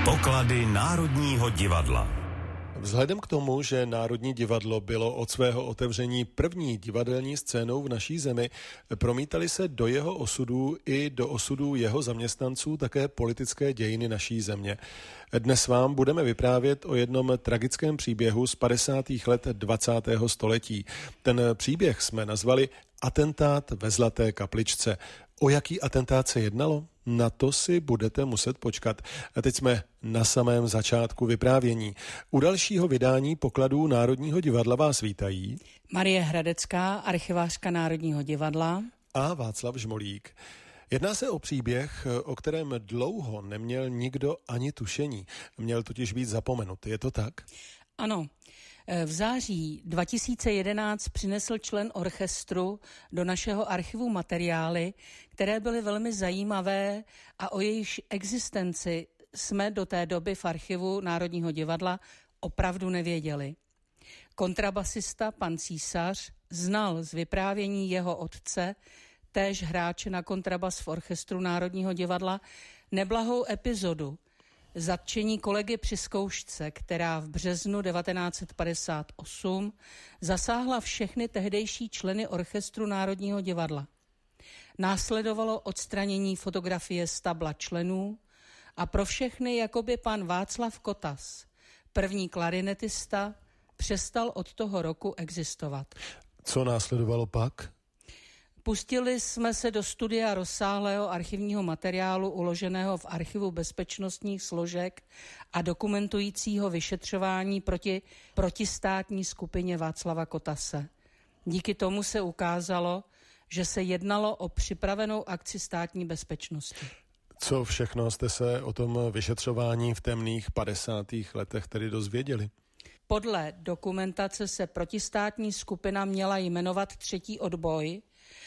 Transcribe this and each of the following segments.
Poklady Národního divadla. Vzhledem k tomu, že Národní divadlo bylo od svého otevření první divadelní scénou v naší zemi, promítaly se do jeho osudů i do osudů jeho zaměstnanců také politické dějiny naší země. Dnes vám budeme vyprávět o jednom tragickém příběhu z 50. let 20. století. Ten příběh jsme nazvali Atentát ve Zlaté kapličce. O jaký atentát se jednalo? Na to si budete muset počkat. A teď jsme na samém začátku vyprávění. U dalšího vydání Pokladů Národního divadla vás vítají Marie Hradecká, archivářka Národního divadla, a Václav Žmolík. Jedná se o příběh, o kterém dlouho neměl nikdo ani tušení. Měl totiž být zapomenut. Je to tak? Ano. V září 2011 přinesl člen orchestru do našeho archivu materiály, které byly velmi zajímavé a o jejich existenci jsme do té doby v archivu Národního divadla opravdu nevěděli. Kontrabasista pan Císař znal z vyprávění jeho otce, též hráče na kontrabas v orchestru Národního divadla, neblahou epizodu zatčení kolegy při zkoušce, která v březnu 1958 zasáhla všechny tehdejší členy orchestru Národního divadla. Následovalo odstranění fotografie z tabla členů a pro všechny jakoby pan Václav Kotas, první klarinetista, přestal od toho roku existovat. Co následovalo pak? Pustili jsme se do studia rozsáhlého archivního materiálu uloženého v archivu bezpečnostních složek a dokumentujícího vyšetřování proti protistátní skupině Václava Kotase. Díky tomu se ukázalo, že se jednalo o připravenou akci státní bezpečnosti. Co všechno jste se o tom vyšetřování v temných 50. letech tedy dozvěděli? Podle dokumentace se protistátní skupina měla jmenovat Třetí odboj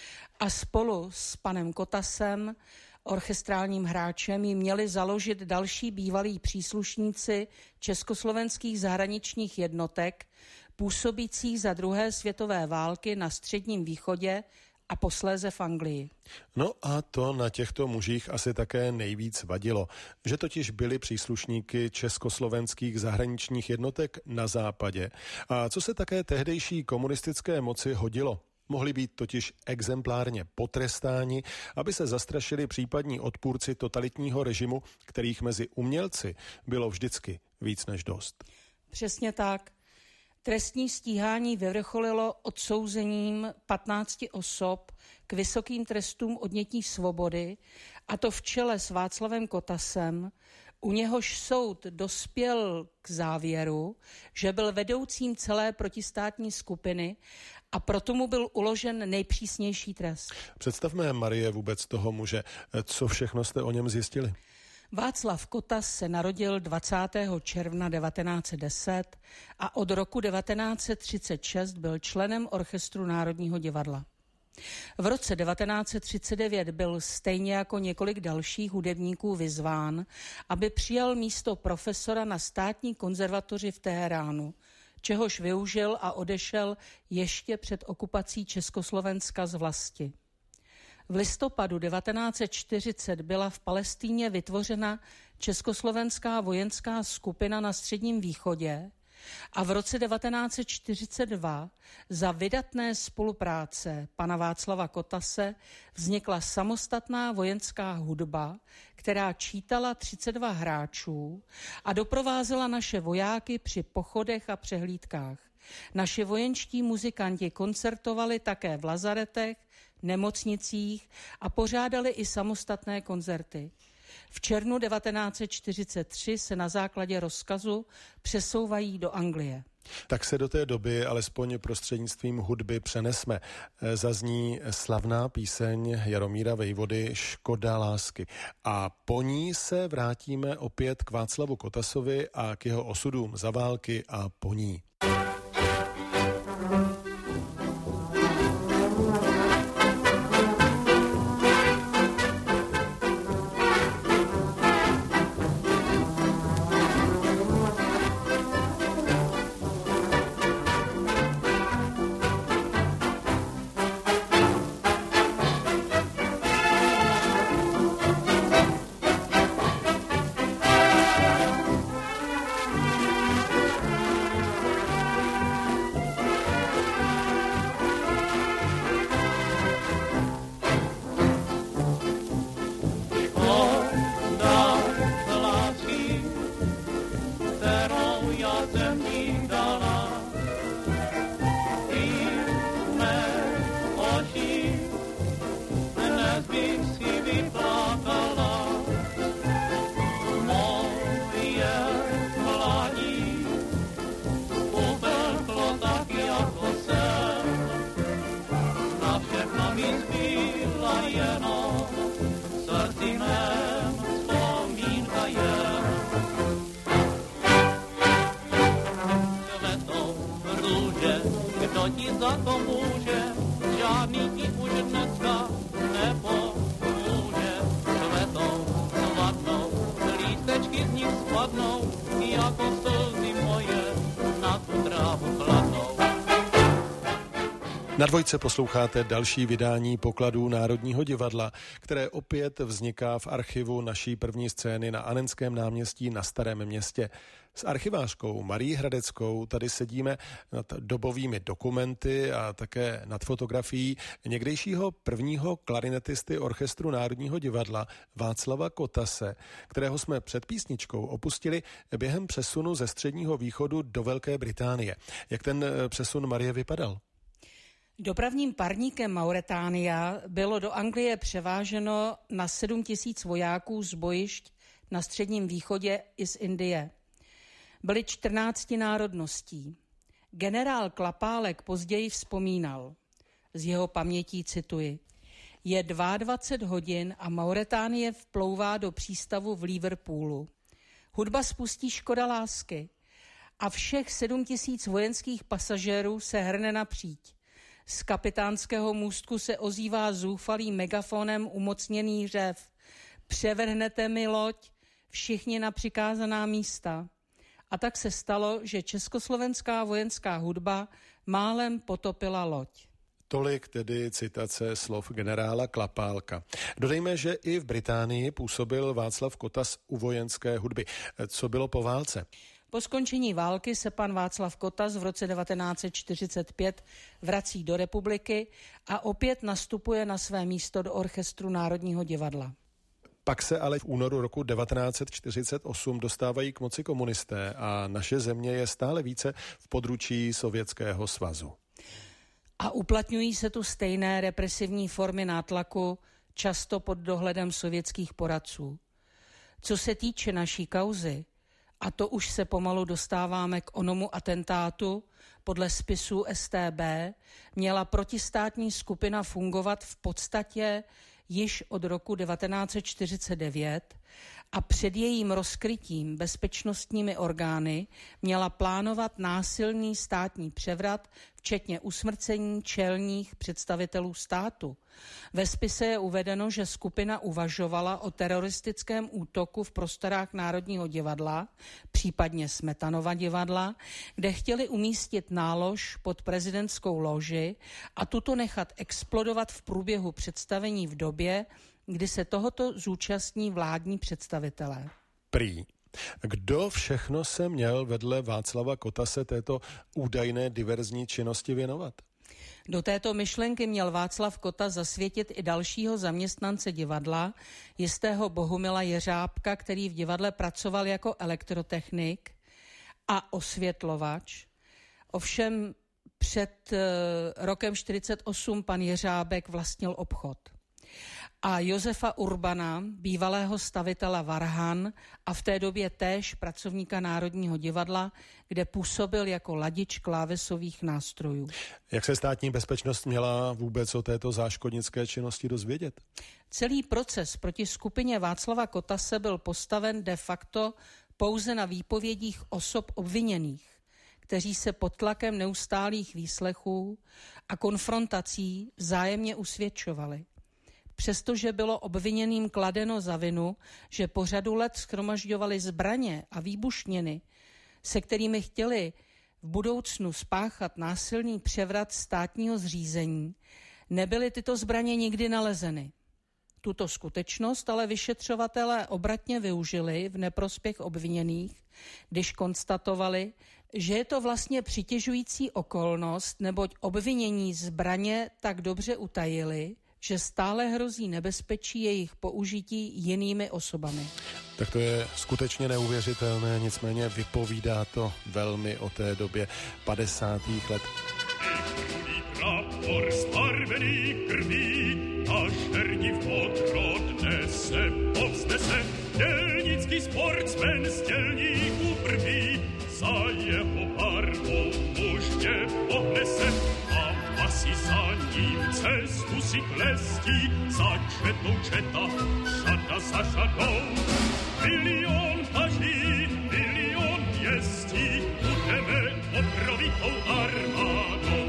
a spolu s panem Kotasem, orchestrálním hráčem, ji měli založit další bývalí příslušníci československých zahraničních jednotek, působících za druhé světové války na Středním východě a posléze v Anglii. No a to na těchto mužích asi také nejvíc vadilo, že totiž byli příslušníky československých zahraničních jednotek na západě. A co se také tehdejší komunistické moci hodilo? Mohli být totiž exemplárně potrestáni, aby se zastrašili případní odpůrci totalitního režimu, kterých mezi umělci bylo vždycky víc než dost. Přesně tak. Trestní stíhání vyvrcholilo odsouzením 15 osob k vysokým trestům odnětí svobody, a to v čele s Václavem Kotasem, u něhož soud dospěl k závěru, že byl vedoucím celé protistátní skupiny a proto mu byl uložen nejpřísnější trest. Představme, Marie, vůbec toho muže. Co všechno jste o něm zjistili? Václav Kotas se narodil 20. června 1910 a od roku 1936 byl členem orchestru Národního divadla. V roce 1939 byl stejně jako několik dalších hudebníků vyzván, aby přijal místo profesora na státní konzervatoři v Teheránu, čehož využil a odešel ještě před okupací Československa z vlasti. V listopadu 1940 byla v Palestíně vytvořena československá vojenská skupina na Středním východě a v roce 1942 za vydatné spolupráce pana Václava Kotase vznikla samostatná vojenská hudba, která čítala 32 hráčů a doprovázela naše vojáky při pochodech a přehlídkách. Naši vojenští muzikanti koncertovali také v lazaretech, nemocnicích a pořádali i samostatné koncerty. V červnu 1943 se na základě rozkazu přesouvají do Anglie. Tak se do té doby alespoň prostřednictvím hudby přenesme. Zazní slavná píseň Jaromíra Vejvody Škoda lásky. A po ní se vrátíme opět k Václavu Kotasovi a k jeho osudům za války a po ní. jako slzy moje na tu trávu chladnou. Na Dvojce posloucháte další vydání Pokladů Národního divadla, které opět vzniká v archivu naší první scény na Annenském náměstí na Starém Městě. S archivářkou Marií Hradeckou tady sedíme nad dobovými dokumenty a také nad fotografií někdejšího prvního klarinetisty orchestru Národního divadla Václava Kotase, kterého jsme před písničkou opustili během přesunu ze Středního východu do Velké Británie. Jak ten přesun, Marie, vypadal? Dopravním parníkem Mauretania bylo do Anglie převáženo na 7 000 vojáků z bojišť na Středním východě i z Indie. Byli 14 národností. Generál Klapálek později vzpomínal, z jeho pamětí cituji: je 22 hodin a Mauretánie vplouvá do přístavu v Liverpoolu. Hudba spustí Škoda lásky a všech 7 000 vojenských pasažérů se hrne napříč. Z kapitánského můstku se ozývá zoufalý megafonem umocněný řev. Převrhnete mi loď, všichni na přikázaná místa. A tak se stalo, že československá vojenská hudba málem potopila loď. Tolik tedy citace slov generála Klapálka. Dodejme, že i v Británii působil Václav Kotas u vojenské hudby. Co bylo po válce? Po skončení války se pan Václav Kotas v roce 1945 vrací do republiky a opět nastupuje na své místo do orchestru Národního divadla. Pak se ale v únoru roku 1948 dostávají k moci komunisté a naše země je stále více v područí Sovětského svazu. A uplatňují se tu stejné represivní formy nátlaku, často pod dohledem sovětských poradců. Co se týče naší kauzy, a to už se pomalu dostáváme k onomu atentátu, podle spisů StB měla protistátní skupina fungovat v podstatě již od roku 1949 a před jejím rozkrytím bezpečnostními orgány měla plánovat násilný státní převrat, včetně usmrcení čelních představitelů státu. Ve spise je uvedeno, že skupina uvažovala o teroristickém útoku v prostorách Národního divadla, případně Smetanova divadla, kde chtěli umístit nálož pod prezidentskou loži a tuto nechat explodovat v průběhu představení v době, kdy se tohoto zúčastní vládní představitelé. Prý. Kdo všechno se měl vedle Václava Kotase této údajné diverzní činnosti věnovat? Do této myšlenky měl Václav Kotas zasvětit i dalšího zaměstnance divadla, jistého Bohumila Jeřábka, který v divadle pracoval jako elektrotechnik a osvětlovač. Ovšem před rokem 1948 pan Jeřábek vlastnil obchod. A Josefa Urbana, bývalého stavitele varhan a v té době též pracovníka Národního divadla, kde působil jako ladič klávesových nástrojů. Jak se státní bezpečnost měla vůbec o této záškodnické činnosti dozvědět? Celý proces proti skupině Václava Kotase byl postaven de facto pouze na výpovědích osob obviněných, kteří se pod tlakem neustálých výslechů a konfrontací vzájemně usvědčovali. Přestože bylo obviněným kladeno za vinu, že po řadu let shromažďovali zbraně a výbušniny, se kterými chtěli v budoucnu spáchat násilný převrat státního zřízení, nebyly tyto zbraně nikdy nalezeny. Tuto skutečnost ale vyšetřovatelé obratně využili v neprospěch obviněných, když konstatovali, že je to vlastně přitěžující okolnost, neboť obvinění zbraně tak dobře utajili, že stále hrozí nebezpečí jejich použití jinými osobami. Tak to je skutečně neuvěřitelné, nicméně vypovídá to velmi o té době 50. let. Prapor zbarvený krví, a šerniv odrodne se povznese, dělnický sportsmen z dělníků prví, za jeho barvou mužně pohnese, a pasy za ním cestu si klestí, za četou četa, šata za šatou. Milion každý, milion pěstí, budeme obrovitou armádou.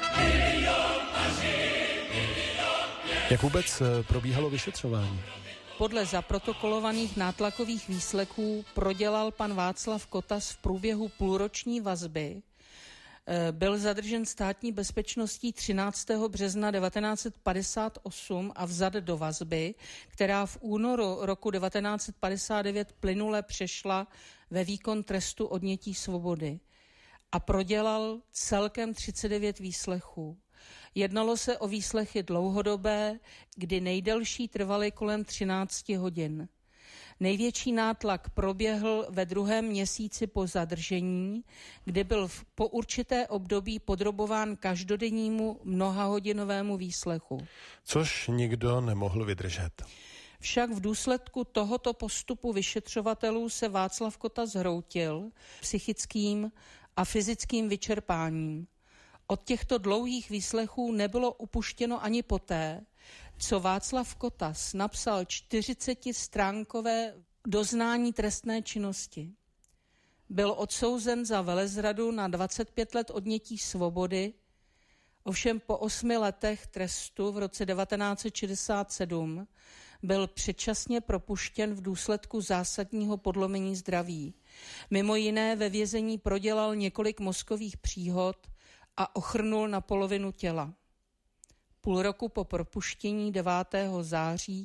Jak vůbec probíhalo vyšetřování? Podle zaprotokolovaných nátlakových výslechů prodělal pan Václav Kotas v průběhu půlroční vazby. Byl zadržen státní bezpečností 13. března 1958 a vzat do vazby, která v únoru roku 1959 plynule přešla ve výkon trestu odnětí svobody a prodělal celkem 39 výslechů. Jednalo se o výslechy dlouhodobé, kdy nejdelší trvaly kolem 13 hodin. Největší nátlak proběhl ve 2. měsíci po zadržení, kdy byl po určité období podrobován každodennímu mnohahodinovému výslechu. Což nikdo nemohl vydržet. Však v důsledku tohoto postupu vyšetřovatelů se Václav Kotas zhroutil psychickým a fyzickým vyčerpáním. Od těchto dlouhých výslechů nebylo upuštěno ani poté, co Václav Kotas napsal 40stránkové doznání trestné činnosti. Byl odsouzen za velezradu na 25 let odnětí svobody, ovšem po 8 letech trestu v roce 1967 byl předčasně propuštěn v důsledku zásadního podlomení zdraví. Mimo jiné ve vězení prodělal několik mozkových příhod a ochrnul na polovinu těla. Půl roku po propuštění 9. září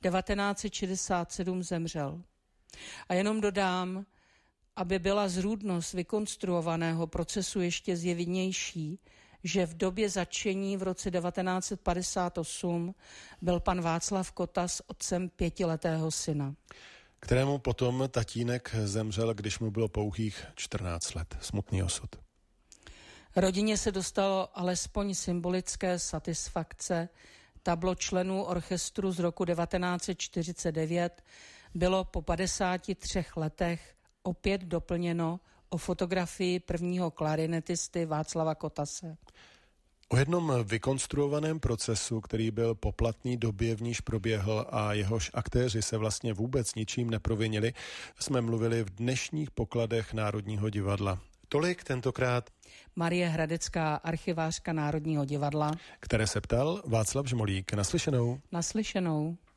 1967 zemřel. A jenom dodám, aby byla zrůdnost vykonstruovaného procesu ještě zjevnější, že v době zatčení v roce 1958 byl pan Václav Kotas otcem 5letého syna. Kterému potom tatínek zemřel, když mu bylo pouhých 14 let. Smutný osud. Rodině se dostalo alespoň symbolické satisfakce. Tablo členů orchestru z roku 1949 bylo po 53 letech opět doplněno o fotografii prvního klarinetisty Václava Kotase. O jednom vykonstruovaném procesu, který byl poplatný době, v níž proběhl a jehož aktéři se vlastně vůbec ničím neprovinili, jsme mluvili v dnešních pokladech Národního divadla. Tolik tentokrát Marie Hradecká, archivářka Národního divadla, které se ptal Václav Žmolík. Naslyšenou. Naslyšenou.